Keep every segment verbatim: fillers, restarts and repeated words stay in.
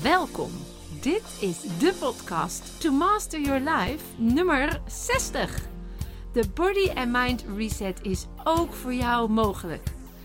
Welkom. Dit is de podcast To Master Your Life nummer zestig. De Body and Mind Reset is ook voor jou mogelijk.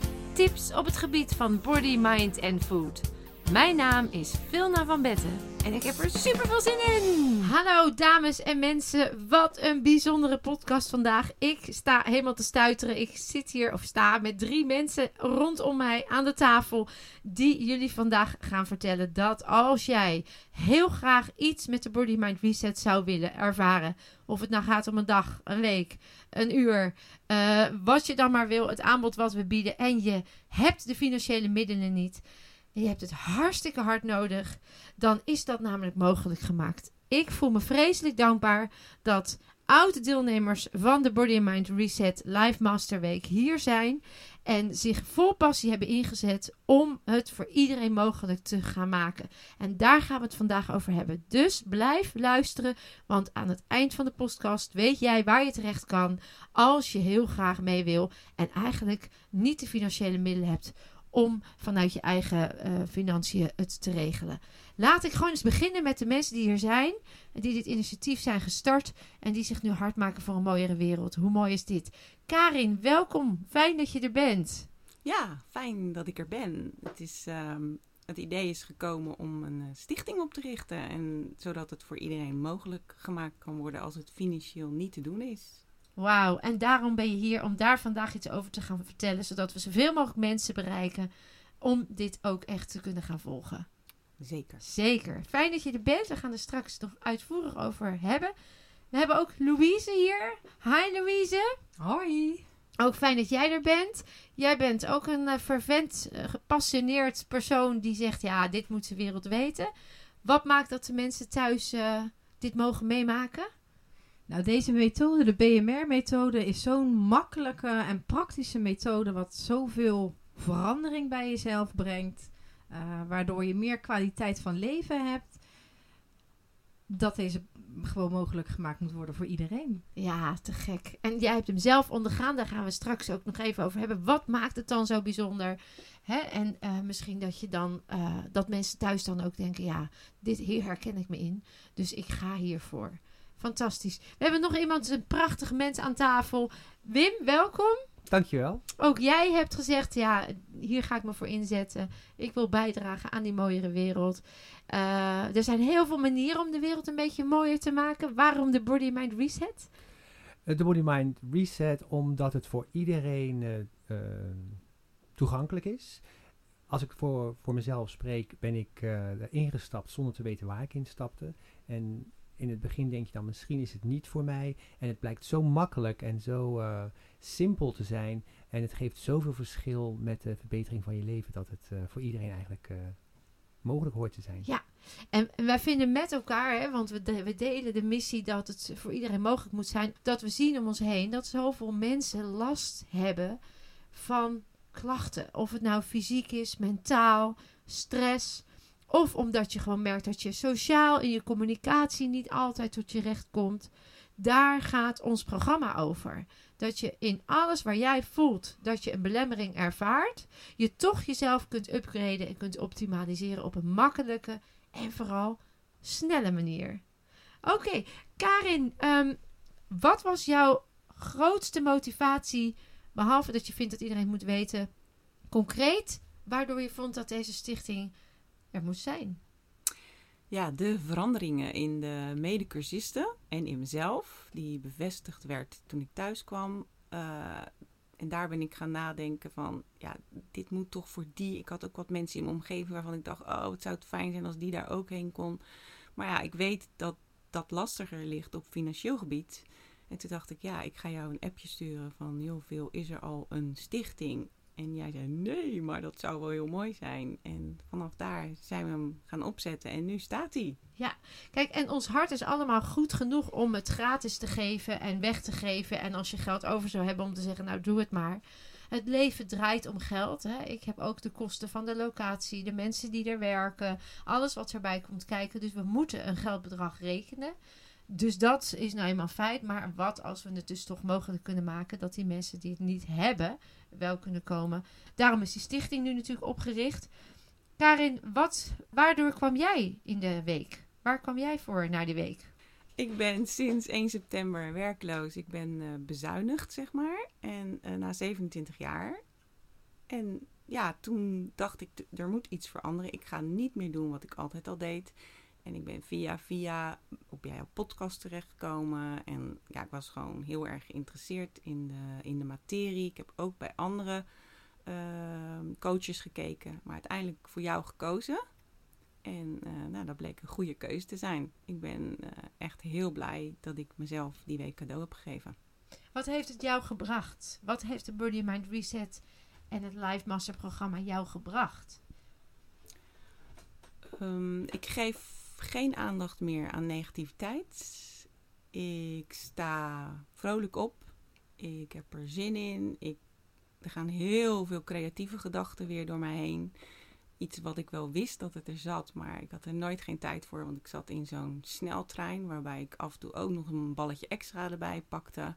Tips op het gebied van body, mind en food. Mijn naam is Vilna van Betten en ik heb er super veel zin in. Hallo dames en mensen, wat een bijzondere podcast vandaag. Ik sta helemaal te stuiteren. Ik zit hier of sta met drie mensen rondom mij aan de tafel die jullie vandaag gaan vertellen dat als jij heel graag iets met de Body Mind Reset zou willen ervaren, of het nou gaat om een dag, een week, een uur, uh, wat je dan maar wil, het aanbod wat we bieden en je hebt de financiële middelen niet, en je hebt het hartstikke hard nodig, dan is dat namelijk mogelijk gemaakt. Ik voel me vreselijk dankbaar dat oude deelnemers van de Body and Mind Reset Live Master Week hier zijn en zich vol passie hebben ingezet om het voor iedereen mogelijk te gaan maken. En daar gaan we het vandaag over hebben. Dus blijf luisteren, want aan het eind van de podcast weet jij waar je terecht kan als je heel graag mee wil en eigenlijk niet de financiële middelen hebt om vanuit je eigen uh, financiën het te regelen. Laat ik gewoon eens beginnen met de mensen die hier zijn, die dit initiatief zijn gestart en die zich nu hard maken voor een mooiere wereld. Hoe mooi is dit? Karin, welkom. Fijn dat je er bent. Ja, fijn dat ik er ben. Het, is, um, het idee is gekomen om een uh, stichting op te richten, en zodat het voor iedereen mogelijk gemaakt kan worden als het financieel niet te doen is. Wauw, en daarom ben je hier om daar vandaag iets over te gaan vertellen, zodat we zoveel mogelijk mensen bereiken om dit ook echt te kunnen gaan volgen. Zeker. Zeker. Fijn dat je er bent. We gaan er straks nog uitvoerig over hebben. We hebben ook Louise hier. Hi Louise. Hoi. Ook fijn dat jij er bent. Jij bent ook een uh, fervent, uh, gepassioneerd persoon die zegt, ja, dit moet de wereld weten. Wat maakt dat de mensen thuis uh, dit mogen meemaken? Nou, deze methode, de B M R-methode, is zo'n makkelijke en praktische methode wat zoveel verandering bij jezelf brengt, uh, waardoor je meer kwaliteit van leven hebt, dat deze gewoon mogelijk gemaakt moet worden voor iedereen. Ja, te gek. En jij hebt hem zelf ondergaan, daar gaan we straks ook nog even over hebben. Wat maakt het dan zo bijzonder? Hè? En uh, misschien dat je dan, uh, dat mensen thuis dan ook denken, ja, dit, hier herken ik me in, dus ik ga hiervoor. Fantastisch. We hebben nog iemand, een prachtige mens aan tafel. Wim, welkom. Dankjewel. Ook jij hebt gezegd, ja, hier ga ik me voor inzetten. Ik wil bijdragen aan die mooiere wereld. Uh, er zijn heel veel manieren om de wereld een beetje mooier te maken. Waarom de Body Mind Reset? De Body Mind Reset, omdat het voor iedereen uh, uh, toegankelijk is. Als ik voor, voor mezelf spreek, ben ik uh, ingestapt zonder te weten waar ik instapte. En in het begin denk je dan, misschien is het niet voor mij. En het blijkt zo makkelijk en zo uh, simpel te zijn. En het geeft zoveel verschil met de verbetering van je leven, dat het uh, voor iedereen eigenlijk uh, mogelijk hoort te zijn. Ja, en, en wij vinden met elkaar, hè, want we, de, we delen de missie dat het voor iedereen mogelijk moet zijn, dat we zien om ons heen dat zoveel mensen last hebben van klachten. Of het nou fysiek is, mentaal, stress, of omdat je gewoon merkt dat je sociaal in je communicatie niet altijd tot je recht komt. Daar gaat ons programma over. Dat je in alles waar jij voelt dat je een belemmering ervaart, je toch jezelf kunt upgraden en kunt optimaliseren op een makkelijke en vooral snelle manier. Oké, okay, Karin, um, wat was jouw grootste motivatie, behalve dat je vindt dat iedereen moet weten, concreet, waardoor je vond dat deze stichting er moest zijn? Ja, de veranderingen in de medecursisten en in mezelf, die bevestigd werd toen ik thuis kwam. Uh, en daar ben ik gaan nadenken van, ja, dit moet toch voor die. Ik had ook wat mensen in mijn omgeving waarvan ik dacht, oh, het zou het fijn zijn als die daar ook heen kon. Maar ja, ik weet dat dat lastiger ligt op financieel gebied. En toen dacht ik, ja, ik ga jou een appje sturen van, joh, Vil, is er al een stichting? En jij zei, nee, maar dat zou wel heel mooi zijn. En vanaf daar zijn we hem gaan opzetten en nu staat hij. Ja, kijk, en ons hart is allemaal goed genoeg om het gratis te geven en weg te geven. En als je geld over zou hebben om te zeggen, nou doe het maar. Het leven draait om geld. Hè. Ik heb ook de kosten van de locatie, de mensen die er werken, alles wat erbij komt kijken. Dus we moeten een geldbedrag rekenen. Dus dat is nou eenmaal feit. Maar wat als we het dus toch mogelijk kunnen maken dat die mensen die het niet hebben wel kunnen komen. Daarom is die stichting nu natuurlijk opgericht. Karin, wat, waardoor kwam jij in de week? Waar kwam jij voor naar die week? Ik ben sinds één september werkloos. Ik ben uh, bezuinigd, zeg maar. En uh, na zevenentwintig jaar. En ja, toen dacht ik, er moet iets veranderen. Ik ga niet meer doen wat ik altijd al deed. En ik ben via via op jouw podcast terechtgekomen. En ja, ik was gewoon heel erg geïnteresseerd in de, in de materie. Ik heb ook bij andere uh, coaches gekeken. Maar uiteindelijk voor jou gekozen. En uh, nou, dat bleek een goede keuze te zijn. Ik ben uh, echt heel blij dat ik mezelf die week cadeau heb gegeven. Wat heeft het jou gebracht? Wat heeft de Body Mind Reset en het Life Master programma jou gebracht? Um, ik geef geen aandacht meer aan negativiteit. Ik sta vrolijk op. Ik heb er zin in. Ik, er gaan heel veel creatieve gedachten weer door mij heen. Iets wat ik wel wist dat het er zat, maar ik had er nooit geen tijd voor. Want ik zat in zo'n sneltrein waarbij ik af en toe ook nog een balletje extra erbij pakte.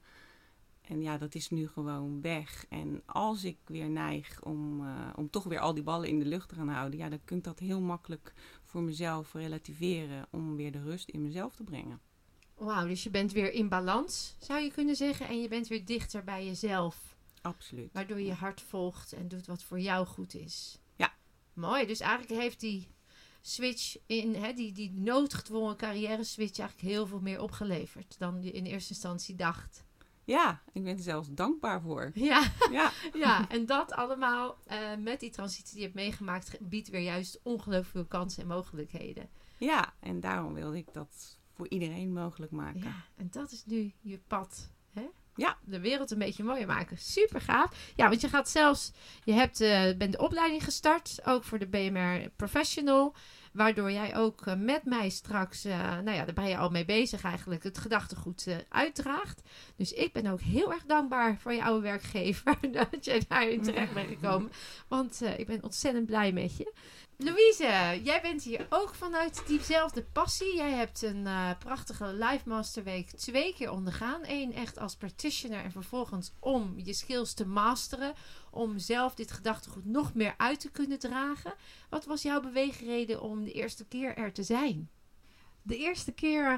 En ja, dat is nu gewoon weg. En als ik weer neig om, uh, om toch weer al die ballen in de lucht te gaan houden, ja, dan kun ik dat heel makkelijk voor mezelf relativeren om weer de rust in mezelf te brengen. Wauw, dus je bent weer in balans, zou je kunnen zeggen. En je bent weer dichter bij jezelf. Absoluut. Waardoor je je hart volgt en doet wat voor jou goed is. Ja. Mooi, dus eigenlijk heeft die switch, in, hè, die, die noodgedwongen carrière switch eigenlijk heel veel meer opgeleverd dan je in eerste instantie dacht. Ja, ik ben er zelfs dankbaar voor. Ja, ja. ja, en dat allemaal uh, met die transitie die je hebt meegemaakt, biedt weer juist ongelooflijk veel kansen en mogelijkheden. Ja, en daarom wilde ik dat voor iedereen mogelijk maken. Ja, en dat is nu je pad. Hè? Ja. De wereld een beetje mooier maken. Super gaaf. Ja, want je gaat zelfs, je hebt, uh, bent de opleiding gestart, ook voor de B M R Professional. Waardoor jij ook uh, met mij straks, uh, nou ja, daar ben je al mee bezig eigenlijk, het gedachtegoed uh, uitdraagt. Dus ik ben ook heel erg dankbaar voor je oude werkgever dat jij daarin terecht bent gekomen. Want uh, ik ben ontzettend blij met je. Louise, jij bent hier ook vanuit diezelfde passie. Jij hebt een uh, prachtige Life Master Week twee keer ondergaan. Eén echt als practitioner en vervolgens om je skills te masteren. Om zelf dit gedachtegoed nog meer uit te kunnen dragen. Wat was jouw beweegreden om de eerste keer er te zijn? De eerste keer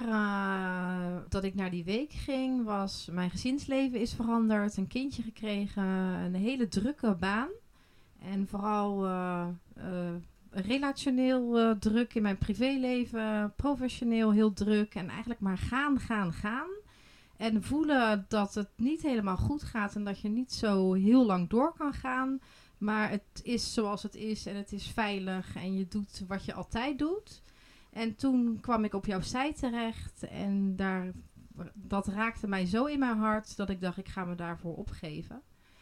uh, dat ik naar die week ging, was mijn gezinsleven is veranderd. Een kindje gekregen, een hele drukke baan. En vooral uh, uh, relationeel uh, druk in mijn privéleven, professioneel heel druk. En eigenlijk maar gaan, gaan, gaan. En voelen dat het niet helemaal goed gaat en dat je niet zo heel lang door kan gaan. Maar het is zoals het is en het is veilig en je doet wat je altijd doet. En toen kwam ik op jouw site terecht en daar, dat raakte mij zo in mijn hart dat ik dacht, ik ga me daarvoor opgeven.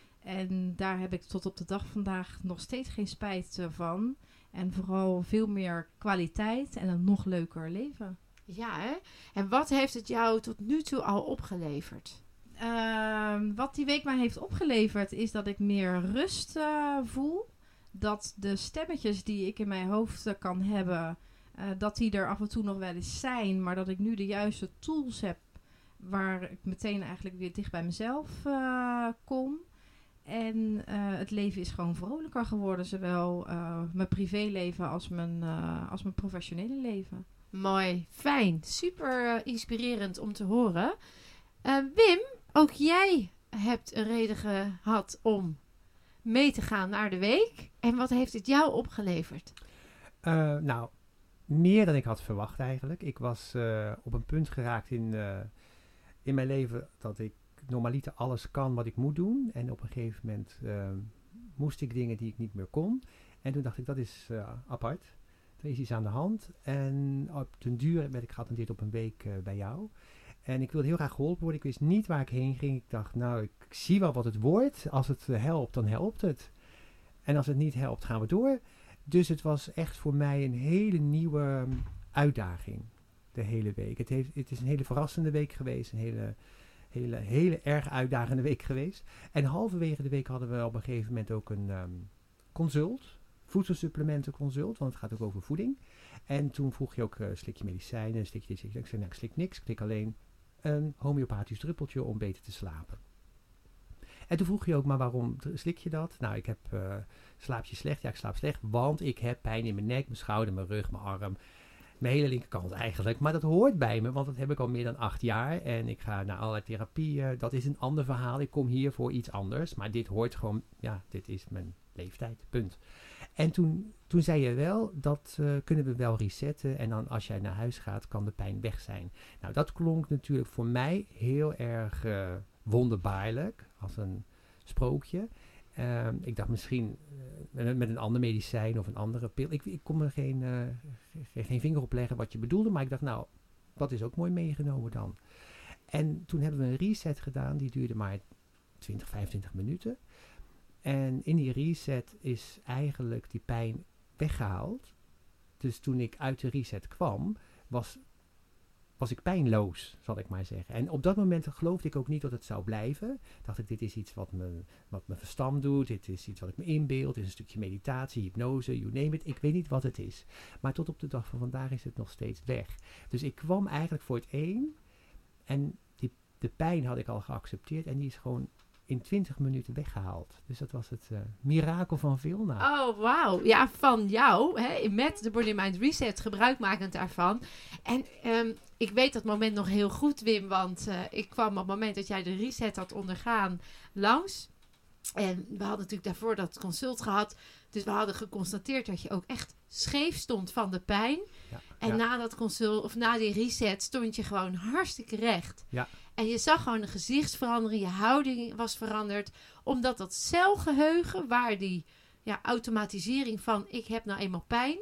En daar heb ik tot op de dag vandaag nog steeds geen spijt van. En vooral veel meer kwaliteit en een nog leuker leven. Ja, hè? En wat heeft het jou tot nu toe al opgeleverd? Uh, wat die week mij heeft opgeleverd is dat ik meer rust uh, voel. Dat de stemmetjes die ik in mijn hoofd uh, kan hebben, uh, dat die er af en toe nog wel eens zijn. Maar dat ik nu de juiste tools heb waar ik meteen eigenlijk weer dicht bij mezelf uh, kom. En uh, het leven is gewoon vrolijker geworden. Zowel uh, mijn privéleven als mijn, uh, als mijn professionele leven. Mooi, fijn. Super uh, inspirerend om te horen. Uh, Wim, ook jij hebt een reden gehad om mee te gaan naar de week. En wat heeft het jou opgeleverd? Uh, nou, meer dan ik had verwacht eigenlijk. Ik was uh, op een punt geraakt in, uh, in mijn leven dat ik normaliter alles kan wat ik moet doen. En op een gegeven moment uh, moest ik dingen die ik niet meer kon. En toen dacht ik, dat is uh, apart. Er is iets aan de hand. En op den duur werd ik geattendeerd op een week uh, bij jou. En ik wilde heel graag geholpen worden. Ik wist niet waar ik heen ging. Ik dacht, nou, ik zie wel wat het wordt. Als het uh, helpt, dan helpt het. En als het niet helpt, gaan we door. Dus het was echt voor mij een hele nieuwe um, uitdaging. De hele week. Het, heeft, het is een hele verrassende week geweest. Een hele, hele, hele erg uitdagende week geweest. En halverwege de week hadden we op een gegeven moment ook een um, consult. Voedselsupplementenconsult, want het gaat ook over voeding. En toen vroeg je ook, uh, slik je medicijnen, slik je dit, ik zei, nou, ik slik niks, ik slik alleen een homeopathisch druppeltje om beter te slapen. En toen vroeg je ook, maar waarom slik je dat? Nou, ik heb, uh, slaap je slecht? Ja, ik slaap slecht, want ik heb pijn in mijn nek, mijn schouder, mijn rug, mijn arm. Mijn hele linkerkant eigenlijk. Maar dat hoort bij me, want dat heb ik al meer dan acht jaar. En ik ga naar allerlei therapieën. Dat is een ander verhaal. Ik kom hier voor iets anders. Maar dit hoort gewoon, ja, dit is mijn leeftijd. Punt. En toen, toen zei je wel, dat uh, kunnen we wel resetten. En dan als jij naar huis gaat, kan de pijn weg zijn. Nou, dat klonk natuurlijk voor mij heel erg uh, wonderbaarlijk. Als een sprookje. Uh, ik dacht misschien uh, met een ander medicijn of een andere pil. Ik, ik kon er geen, uh, geen, geen vinger op leggen wat je bedoelde. Maar ik dacht, nou, dat is ook mooi meegenomen dan. En toen hebben we een reset gedaan. Die duurde maar twintig, vijfentwintig minuten. En in die reset is eigenlijk die pijn weggehaald. Dus toen ik uit de reset kwam, was, was ik pijnloos, zal ik maar zeggen. En op dat moment geloofde ik ook niet dat het zou blijven. Dacht ik, dit is iets wat, me, wat mijn verstand doet. Dit is iets wat ik me inbeeld. Dit is een stukje meditatie, hypnose, you name it. Ik weet niet wat het is. Maar tot op de dag van vandaag is het nog steeds weg. Dus ik kwam eigenlijk voor het één. En die, de pijn had ik al geaccepteerd. En die is gewoon in twintig minuten weggehaald. Dus dat was het uh, mirakel van Vilna. Oh, wauw. Ja, van jou, hè, met de Body Mind Reset, gebruikmakend daarvan. En um, ik weet dat moment nog heel goed, Wim, want uh, ik kwam op het moment dat jij de reset had ondergaan langs. En we hadden natuurlijk daarvoor dat consult gehad. Dus we hadden geconstateerd dat je ook echt scheef stond van de pijn. Ja, en ja. na dat consult, of na die reset, stond je gewoon hartstikke recht. Ja. En je zag gewoon een gezichtsverandering, je houding was veranderd. Omdat dat celgeheugen, waar die ja, automatisering van ik heb nou eenmaal pijn,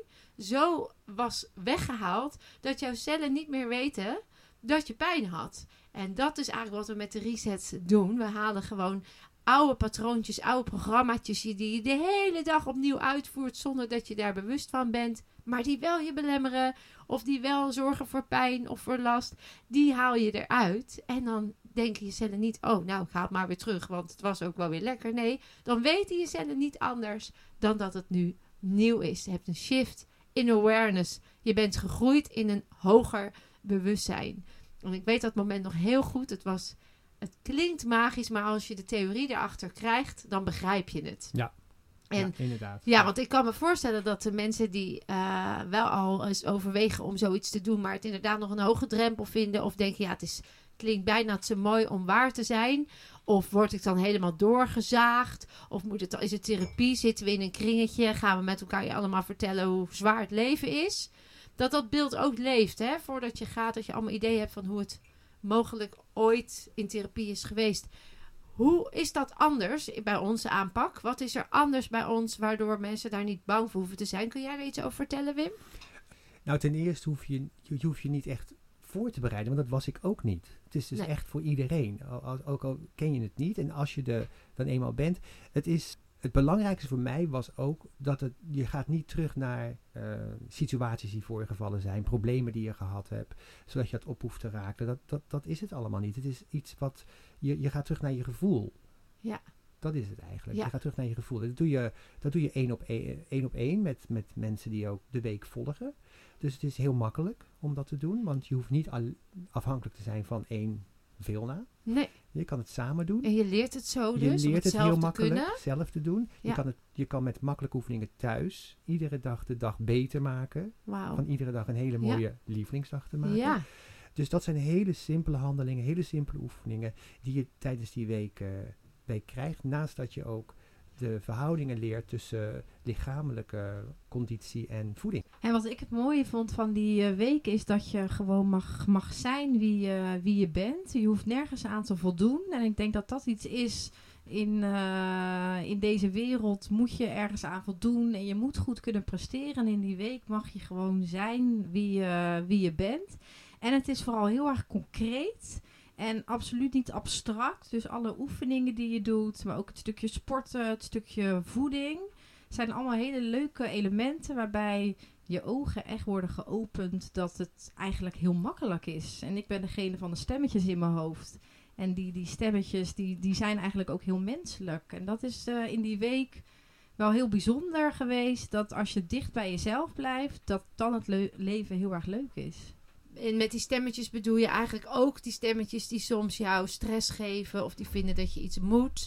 zo was weggehaald dat jouw cellen niet meer weten dat je pijn had. En dat is eigenlijk wat we met de resets doen. We halen gewoon oude patroontjes, oude programmaatjes die je de hele dag opnieuw uitvoert zonder dat je daar bewust van bent. Maar die wel je belemmeren of die wel zorgen voor pijn of voor last. Die haal je eruit. En dan denken je cellen niet, oh nou ik ga het maar weer terug, want het was ook wel weer lekker. Nee, dan weten je cellen niet anders dan dat het nu nieuw is. Je hebt een shift in awareness. Je bent gegroeid in een hoger bewustzijn. En ik weet dat moment nog heel goed. Het was... Het klinkt magisch, maar als je de theorie erachter krijgt, dan begrijp je het. Ja, en, ja inderdaad. Ja, want ik kan me voorstellen dat de mensen die uh, wel al eens overwegen om zoiets te doen, maar het inderdaad nog een hoge drempel vinden, of denken, ja, het is, klinkt bijna te mooi om waar te zijn. Of word ik dan helemaal doorgezaagd? Of moet het, is het therapie? Zitten we in een kringetje? Gaan we met elkaar je allemaal vertellen hoe zwaar het leven is? Dat dat beeld ook leeft, hè? Voordat je gaat, dat je allemaal ideeën hebt van hoe het mogelijk ooit in therapie is geweest. Hoe is dat anders bij onze aanpak? Wat is er anders bij ons waardoor mensen daar niet bang voor hoeven te zijn? Kun jij er iets over vertellen, Wim? Nou, ten eerste hoef je, je, je hoeft je niet echt voor te bereiden, want dat was ik ook niet. Het is dus nee. echt voor iedereen. Al, ook al ken je het niet en als je er dan eenmaal bent, het is... Het belangrijkste voor mij was ook dat het, je gaat niet terug naar uh, situaties die voorgevallen zijn, problemen die je gehad hebt, zodat je dat op hoeft te raken. Dat, dat, dat is het allemaal niet. Het is iets wat, je, je gaat terug naar je gevoel. Ja. Dat is het eigenlijk. Ja. Je gaat terug naar je gevoel. Dat doe je, dat doe je één op één, één, op één met, met mensen die ook de week volgen. Dus het is heel makkelijk om dat te doen, want je hoeft niet al, afhankelijk te zijn van één Vilna. Nee. Je kan het samen doen. En je leert het zo dus, je leert om het, het zelf heel te makkelijk kunnen. zelf te doen. Ja. Je, kan het, je kan met makkelijke oefeningen thuis iedere dag de dag beter maken. Wauw. Van iedere dag een hele mooie Ja. lievelingsdag te maken. Ja. Dus dat zijn hele simpele handelingen, hele simpele oefeningen die je tijdens die week, uh, week krijgt. Naast dat je ook de verhoudingen leert tussen lichamelijke conditie en voeding. En wat ik het mooie vond van die uh, week is dat je gewoon mag, mag zijn wie, uh, wie je bent. Je hoeft nergens aan te voldoen. En ik denk dat dat iets is in, uh, in deze wereld moet je ergens aan voldoen. En je moet goed kunnen presteren. En in die week mag je gewoon zijn wie, uh, wie je bent. En het is vooral heel erg concreet. En absoluut niet abstract. Dus alle oefeningen die je doet, maar ook het stukje sporten, het stukje voeding, zijn allemaal hele leuke elementen waarbij je ogen echt worden geopend dat het eigenlijk heel makkelijk is. En ik ben degene van de stemmetjes in mijn hoofd. En die, die stemmetjes die, die zijn eigenlijk ook heel menselijk. En dat is uh, in die week wel heel bijzonder geweest. Dat als je dicht bij jezelf blijft, dat dan het le- leven heel erg leuk is. En met die stemmetjes bedoel je eigenlijk ook die stemmetjes die soms jou stress geven of die vinden dat je iets moet.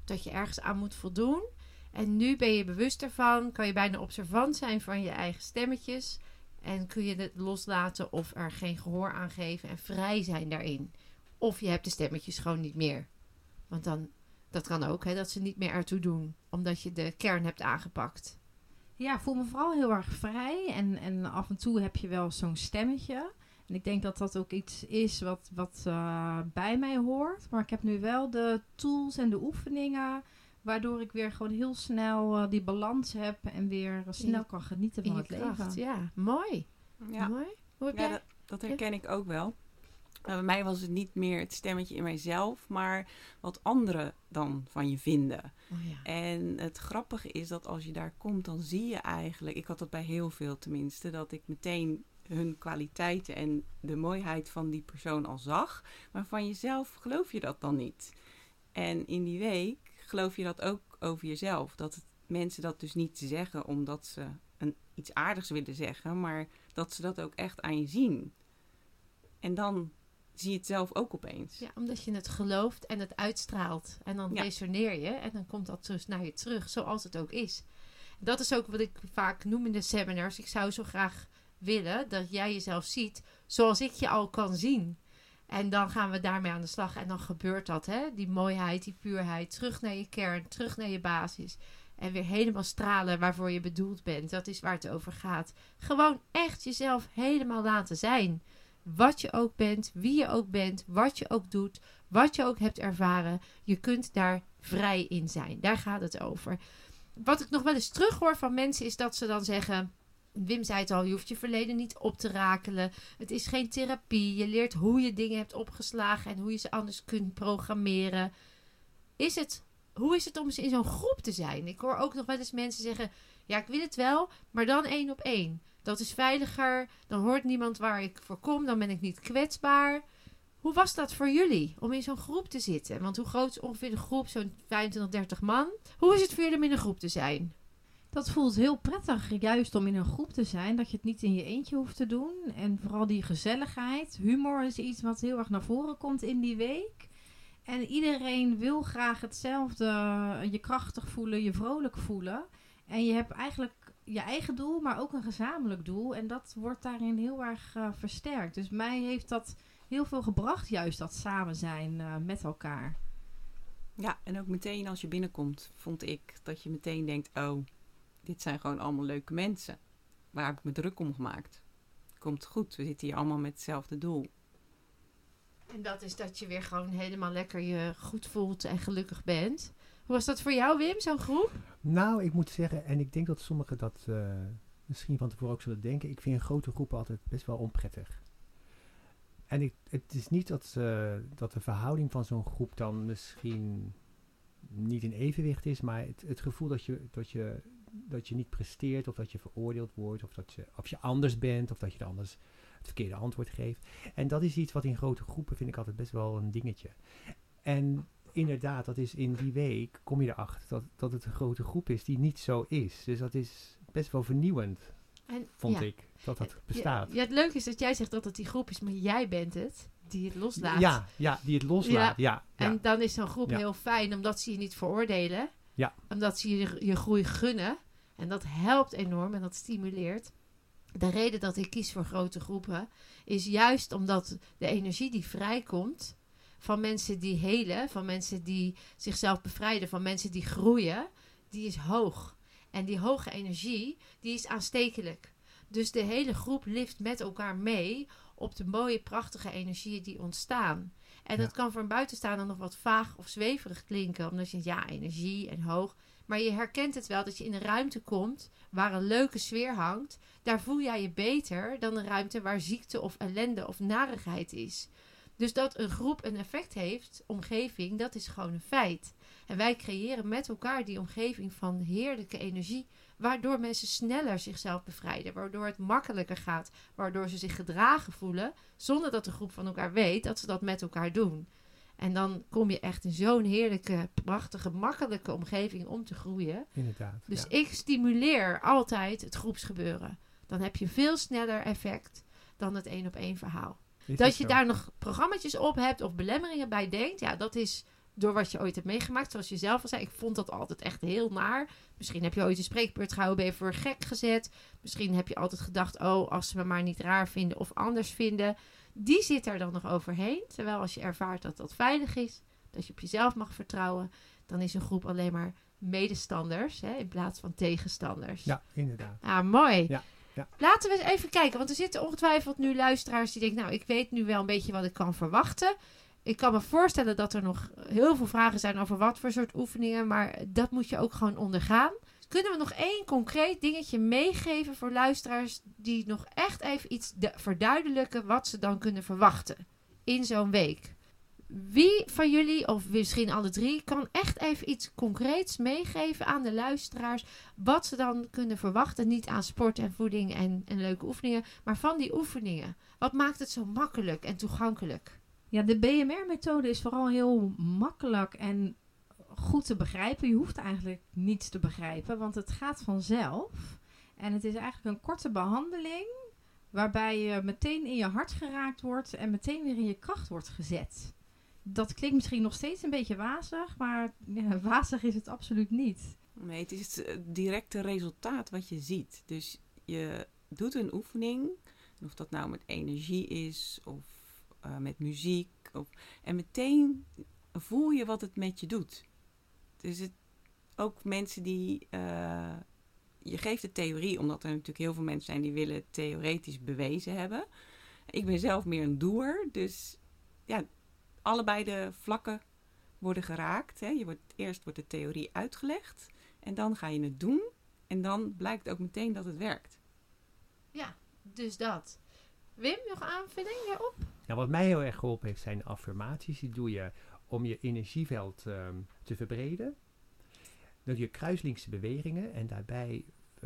dat je ergens aan moet voldoen. En nu ben je bewust ervan, kan je bijna observant zijn van je eigen stemmetjes. En kun je het loslaten of er geen gehoor aan geven en vrij zijn daarin. Of je hebt de stemmetjes gewoon niet meer. Want dan, dat kan ook, hè, dat ze niet meer ertoe doen. Omdat je de kern hebt aangepakt. Ja, ik voel me vooral heel erg vrij. En, en af en toe heb je wel zo'n stemmetje. En ik denk dat dat ook iets is wat, wat uh, bij mij hoort. Maar ik heb nu wel de tools en de oefeningen, waardoor ik weer gewoon heel snel uh, die balans heb en weer uh, snel kan genieten van In je het kracht, leven. ja. Mooi. Ja, Mooi. Hoe heb ja jij? dat, dat herken ik ook wel. Uh, bij mij was het niet meer het stemmetje in mijzelf, maar wat anderen dan van je vinden. Oh, ja. En het grappige is dat als je daar komt, dan zie je eigenlijk, ik had dat bij heel veel tenminste, dat ik meteen hun kwaliteiten en de mooiheid van die persoon al zag. Maar van jezelf geloof je dat dan niet. En in die week geloof je dat ook over jezelf. Dat het, mensen dat dus niet zeggen omdat ze een, iets aardigs willen zeggen, maar dat ze dat ook echt aan je zien. En dan zie je het zelf ook opeens. Ja, omdat je het gelooft en het uitstraalt. En dan Ja. resoneer je en dan komt dat terug naar je terug, zoals het ook is. Dat is ook wat ik vaak noem in de seminars. Ik zou zo graag willen dat jij jezelf ziet zoals ik je al kan zien. En dan gaan we daarmee aan de slag. En dan gebeurt dat, hè? Die mooiheid, die puurheid. Terug naar je kern, terug naar je basis. En weer helemaal stralen waarvoor je bedoeld bent. Dat is waar het over gaat. Gewoon echt jezelf helemaal laten zijn. Wat je ook bent, wie je ook bent, wat je ook doet, wat je ook hebt ervaren. Je kunt daar vrij in zijn. Daar gaat het over. Wat ik nog wel eens terughoor van mensen is dat ze dan zeggen, Wim zei het al, je hoeft je verleden niet op te rakelen. Het is geen therapie. Je leert hoe je dingen hebt opgeslagen en hoe je ze anders kunt programmeren. Is het, hoe is het om in zo'n groep te zijn? Ik hoor ook nog wel eens mensen zeggen, ja, ik wil het wel, maar dan één op één. Dat is veiliger, dan hoort niemand waar ik voor kom, dan ben ik niet kwetsbaar. Hoe was dat voor jullie, om in zo'n groep te zitten? Want hoe groot is ongeveer de groep? Zo'n vijfentwintig, dertig man. Hoe is het voor jullie om in een groep te zijn? Dat voelt heel prettig, juist om in een groep te zijn. Dat je het niet in je eentje hoeft te doen. En vooral die gezelligheid. Humor is iets wat heel erg naar voren komt in die week. En iedereen wil graag hetzelfde. Je krachtig voelen, je vrolijk voelen. En je hebt eigenlijk je eigen doel, maar ook een gezamenlijk doel. En dat wordt daarin heel erg uh, versterkt. Dus mij heeft dat heel veel gebracht, juist dat samen zijn uh, met elkaar. Ja, en ook meteen als je binnenkomt, vond ik dat je meteen denkt, oh, dit zijn gewoon allemaal leuke mensen. Waar heb ik me druk om gemaakt? Komt goed, we zitten hier allemaal met hetzelfde doel. En dat is dat je weer gewoon helemaal lekker je goed voelt en gelukkig bent. Hoe was dat voor jou, Wim, zo'n groep? Nou, ik moet zeggen, en ik denk dat sommigen dat uh, misschien van tevoren ook zullen denken. Ik vind grote groepen altijd best wel onprettig. En ik, het is niet dat, uh, dat de verhouding van zo'n groep dan misschien niet in evenwicht is. Maar het, het gevoel dat je, dat, je, dat je niet presteert of dat je veroordeeld wordt. Of dat je, of je anders bent of dat je anders het verkeerde antwoord geeft. En dat is iets wat in grote groepen vind ik altijd best wel een dingetje. En inderdaad, dat is in die week, kom je erachter dat, dat het een grote groep is die niet zo is. Dus dat is best wel vernieuwend, En, vond ja. ik, dat dat bestaat. Ja, ja, het leuke is dat jij zegt dat het die groep is, maar jij bent het die het loslaat. Ja, ja, die het loslaat, ja. ja, En ja. dan is zo'n groep Ja. heel fijn, omdat ze je niet veroordelen. Ja. Omdat ze je, je groei gunnen. En dat helpt enorm en dat stimuleert. De reden dat ik kies voor grote groepen is juist omdat de energie die vrijkomt van mensen die helen, van mensen die zichzelf bevrijden, van mensen die groeien, die is hoog. En die hoge energie, die is aanstekelijk. Dus de hele groep lift met elkaar mee op de mooie, prachtige energieën die ontstaan. En Ja. dat kan voor een buitenstaander nog wat vaag of zweverig klinken, omdat je ja, energie en hoog. Maar je herkent het wel dat je in een ruimte komt waar een leuke sfeer hangt. Daar voel jij je beter dan een ruimte waar ziekte of ellende of narigheid is. Dus dat een groep een effect heeft, omgeving, dat is gewoon een feit. En wij creëren met elkaar die omgeving van heerlijke energie, waardoor mensen sneller zichzelf bevrijden, waardoor het makkelijker gaat, waardoor ze zich gedragen voelen, zonder dat de groep van elkaar weet dat ze dat met elkaar doen. En dan kom je echt in zo'n heerlijke, prachtige, makkelijke omgeving om te groeien. Inderdaad. Dus ja. ik stimuleer altijd het groepsgebeuren. Dan heb je veel sneller effect dan het één op één verhaal. Is Dat het je zo? daar nog programma's op hebt of belemmeringen bij denkt, ja, dat is door wat je ooit hebt meegemaakt. Zoals je zelf al zei, ik vond dat altijd echt heel naar. Misschien heb je ooit een spreekbeurt gehouden, ben je voor gek gezet. Misschien heb je altijd gedacht, oh, als ze me maar niet raar vinden of anders vinden. Die zit er dan nog overheen. Terwijl als je ervaart dat dat veilig is, dat je op jezelf mag vertrouwen, dan is een groep alleen maar medestanders, hè, in plaats van tegenstanders. Ja, inderdaad. Ah, mooi. Ja, ja. Laten we eens even kijken, want er zitten ongetwijfeld nu luisteraars die denken, nou, ik weet nu wel een beetje wat ik kan verwachten. Ik kan me voorstellen dat er nog heel veel vragen zijn over wat voor soort oefeningen, maar dat moet je ook gewoon ondergaan. Kunnen we nog één concreet dingetje meegeven voor luisteraars die nog echt even iets de- verduidelijken wat ze dan kunnen verwachten in zo'n week? Wie van jullie, of misschien alle drie, kan echt even iets concreets meegeven aan de luisteraars wat ze dan kunnen verwachten? Niet aan sport en voeding en, en leuke oefeningen, maar van die oefeningen. Wat maakt het zo makkelijk en toegankelijk? Ja, de B M R-methode is vooral heel makkelijk en goed te begrijpen. Je hoeft eigenlijk niets te begrijpen, want het gaat vanzelf. En het is eigenlijk een korte behandeling waarbij je meteen in je hart geraakt wordt en meteen weer in je kracht wordt gezet. Dat klinkt misschien nog steeds een beetje wazig, maar ja, wazig is het absoluut niet. Nee, het is het directe resultaat wat je ziet. Dus je doet een oefening, of dat nou met energie is of uh, met muziek. Of, en meteen voel je wat het met je doet. Dus het, ook mensen die... Uh, je geeft de theorie, omdat er natuurlijk heel veel mensen zijn die willen theoretisch bewezen hebben. Ik ben zelf meer een doer, dus ja, allebei de vlakken worden geraakt. Hè. Je wordt, eerst wordt de theorie uitgelegd en dan ga je het doen. En dan blijkt ook meteen dat het werkt. Ja, dus dat. Wim, nog aanvulling daarop? Nou, wat mij heel erg geholpen heeft zijn affirmaties. Die doe je om je energieveld um, te verbreden. Dan doe je kruislinkse bewegingen en daarbij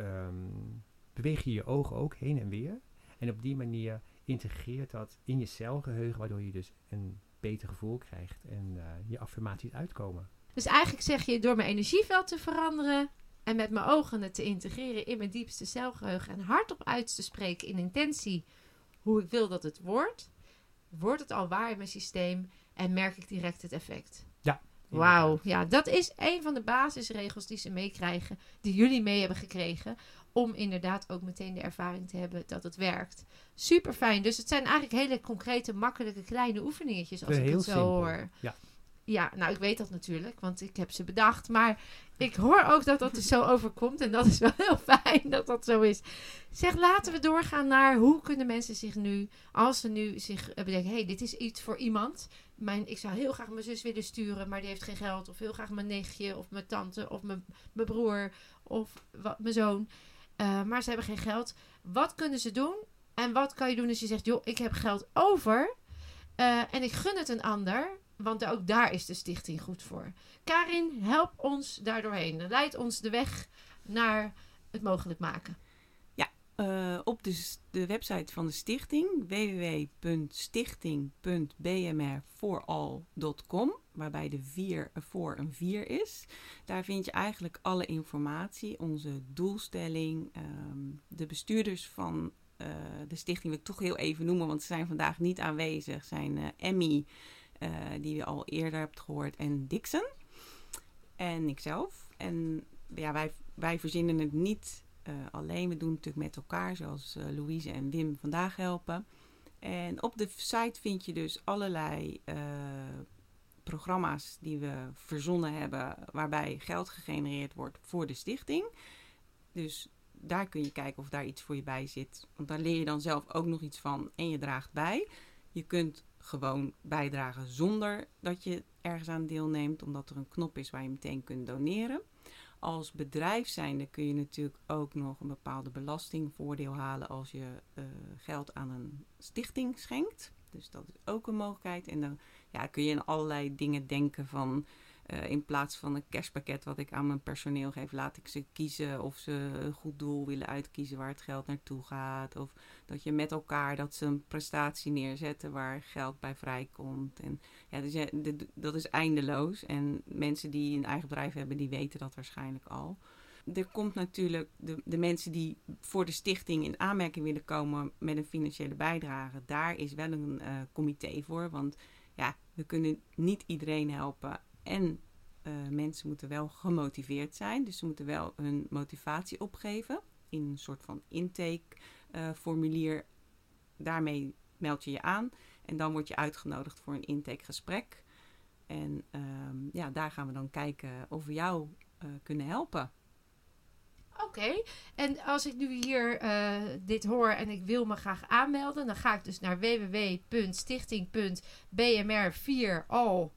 um, beweeg je je ogen ook heen en weer. En op die manier integreert dat in je celgeheugen, waardoor je dus een beter gevoel krijgt en uh, je affirmaties uitkomen. Dus eigenlijk zeg je, door mijn energieveld te veranderen en met mijn ogen het te integreren in mijn diepste celgeheugen en hardop uit te spreken in intentie hoe ik wil dat het wordt, wordt het al waar in mijn systeem en merk ik direct het effect. Ja. Wauw, ja, dat is een van de basisregels die ze meekrijgen, die jullie mee hebben gekregen, om inderdaad ook meteen de ervaring te hebben dat het werkt. Super fijn. Dus het zijn eigenlijk hele concrete, makkelijke, kleine oefeningetjes als ik heel het zo simpel. hoor. Ja. Ja, nou ik weet dat natuurlijk, want ik heb ze bedacht. Maar ik hoor ook dat dat dus zo overkomt. En dat is wel heel fijn dat dat zo is. Zeg, laten we doorgaan naar hoe kunnen mensen zich nu, als ze nu zich bedenken, hé, hey, dit is iets voor iemand. Mijn, ik zou heel graag mijn zus willen sturen, maar die heeft geen geld. Of heel graag mijn nichtje, of mijn tante, of mijn, mijn broer, of wat, mijn zoon. Uh, maar ze hebben geen geld. Wat kunnen ze doen? En wat kan je doen als je zegt, joh, ik heb geld over. Uh, en ik gun het een ander. Want ook daar is de stichting goed voor. Karin, help ons daar doorheen. Leid ons de weg naar het mogelijk maken. Ja, uh, op de, de website van de stichting w w w punt stichting punt b m r for all punt com, waarbij de vier voor een vier is. Daar vind je eigenlijk alle informatie, onze doelstelling, um, de bestuurders van uh, de stichting wil ik toch heel even noemen, want ze zijn vandaag niet aanwezig, zijn uh, Emmy, Uh, die we al eerder hebt gehoord, en Dixon. En ikzelf. En ja, wij, wij verzinnen het niet uh, alleen. We doen het natuurlijk met elkaar, zoals uh, Louise en Wim vandaag helpen. En op de site vind je dus allerlei uh, programma's die we verzonnen hebben, waarbij geld gegenereerd wordt voor de stichting. Dus daar kun je kijken of daar iets voor je bij zit. Want daar leer je dan zelf ook nog iets van en je draagt bij. Je kunt gewoon bijdragen zonder dat je ergens aan deelneemt, omdat er een knop is waar je meteen kunt doneren. Als bedrijf zijnde kun je natuurlijk ook nog een bepaalde belastingvoordeel halen als je uh, geld aan een stichting schenkt. Dus dat is ook een mogelijkheid. En dan ja, kun je aan allerlei dingen denken van uh, in plaats van een kerstpakket wat ik aan mijn personeel geef, laat ik ze kiezen of ze een goed doel willen uitkiezen waar het geld naartoe gaat. Of dat je met elkaar dat ze een prestatie neerzetten waar geld bij vrijkomt. En ja, dus, de, de, dat is eindeloos. En mensen die een eigen bedrijf hebben, die weten dat waarschijnlijk al. Er komt natuurlijk de, de mensen die voor de stichting in aanmerking willen komen met een financiële bijdrage. Daar is wel een uh, comité voor, want ja, we kunnen niet iedereen helpen En uh, mensen moeten wel gemotiveerd zijn. Dus ze moeten wel hun motivatie opgeven in een soort van intakeformulier. Uh, Daarmee meld je je aan en dan word je uitgenodigd voor een intakegesprek. En um, ja, daar gaan we dan kijken of we jou uh, kunnen helpen. Oké, okay. En als ik nu hier uh, dit hoor en ik wil me graag aanmelden, dan ga ik dus naar w w w punt stichting punt b m r vier al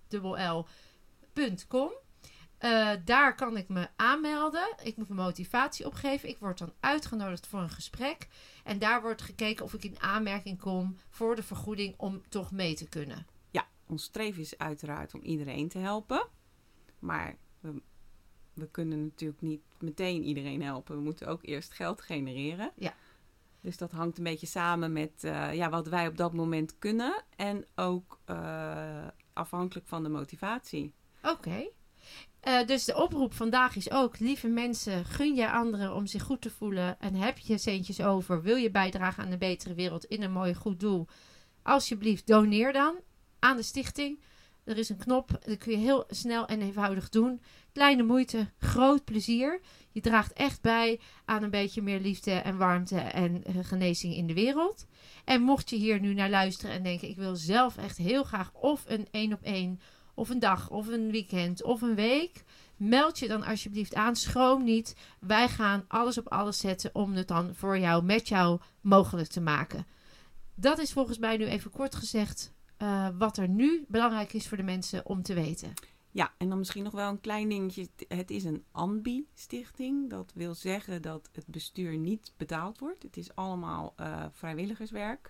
punt com. Uh, daar kan ik me aanmelden. Ik moet mijn motivatie opgeven. Ik word dan uitgenodigd voor een gesprek. En daar wordt gekeken of ik in aanmerking kom voor de vergoeding om toch mee te kunnen. Ja, ons streven is uiteraard om iedereen te helpen. Maar we, we kunnen natuurlijk niet meteen iedereen helpen. We moeten ook eerst geld genereren. Ja. Dus dat hangt een beetje samen met uh, ja, wat wij op dat moment kunnen. En ook uh, afhankelijk van de motivatie. Oké. Okay. Uh, dus de oproep vandaag is ook, lieve mensen, gun je anderen om zich goed te voelen en heb je centjes over, wil je bijdragen aan een betere wereld in een mooi goed doel, alsjeblieft doneer dan aan de stichting. Er is een knop, dat kun je heel snel en eenvoudig doen. Kleine moeite, groot plezier. Je draagt echt bij aan een beetje meer liefde en warmte en uh, genezing in de wereld. En mocht je hier nu naar luisteren en denken, ik wil zelf echt heel graag of een één op één of een dag, of een weekend, of een week. Meld je dan alsjeblieft aan. Schroom niet. Wij gaan alles op alles zetten om het dan voor jou, met jou, mogelijk te maken. Dat is volgens mij nu even kort gezegd uh, wat er nu belangrijk is voor de mensen om te weten. Ja, en dan misschien nog wel een klein dingetje. Het is een A N B I-stichting. Dat wil zeggen dat het bestuur niet betaald wordt. Het is allemaal uh, vrijwilligerswerk.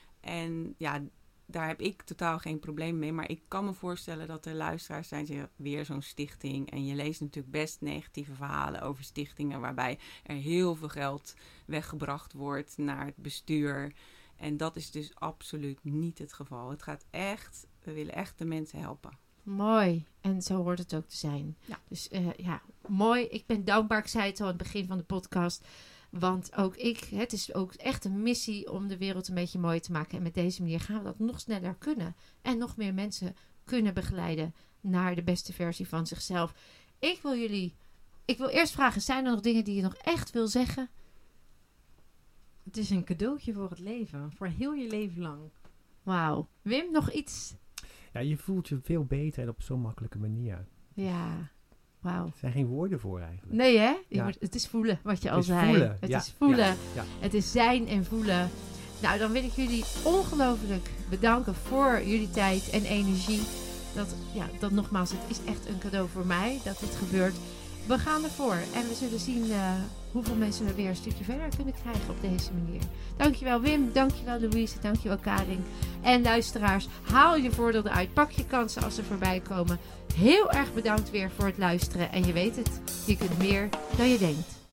En ja, daar heb ik totaal geen probleem mee. Maar ik kan me voorstellen dat er luisteraars zijn die weer zo'n stichting. En je leest natuurlijk best negatieve verhalen over stichtingen waarbij er heel veel geld weggebracht wordt naar het bestuur. En dat is dus absoluut niet het geval. Het gaat echt, we willen echt de mensen helpen. Mooi. En zo hoort het ook te zijn. Ja. Dus uh, ja, mooi. Ik ben dankbaar. Ik zei het al aan het begin van de podcast. Want ook ik, het is ook echt een missie om de wereld een beetje mooi te maken. En met deze manier gaan we dat nog sneller kunnen. En nog meer mensen kunnen begeleiden naar de beste versie van zichzelf. Ik wil jullie, ik wil eerst vragen, zijn er nog dingen die je nog echt wil zeggen? Het is een cadeautje voor het leven. Voor heel je leven lang. Wauw. Wim, nog iets? Ja, je voelt je veel beter en op zo'n makkelijke manier. Ja, wauw. Er zijn geen woorden voor eigenlijk. Nee hè? Je Ja. moet, het is voelen, wat je Het al is zei. voelen, Het ja, is voelen. ja, ja. Het is zijn en voelen. Nou, dan wil ik jullie ongelooflijk bedanken voor jullie tijd en energie. Dat, ja, dat nogmaals, het is echt een cadeau voor mij dat dit gebeurt. We gaan ervoor en we zullen zien uh, hoeveel mensen we weer een stukje verder kunnen krijgen op deze manier. Dankjewel Wim, dankjewel Louise, dankjewel Karin. En luisteraars, haal je voordeel eruit. Pak je kansen als ze voorbij komen. Heel erg bedankt weer voor het luisteren. En je weet het, je kunt meer dan je denkt.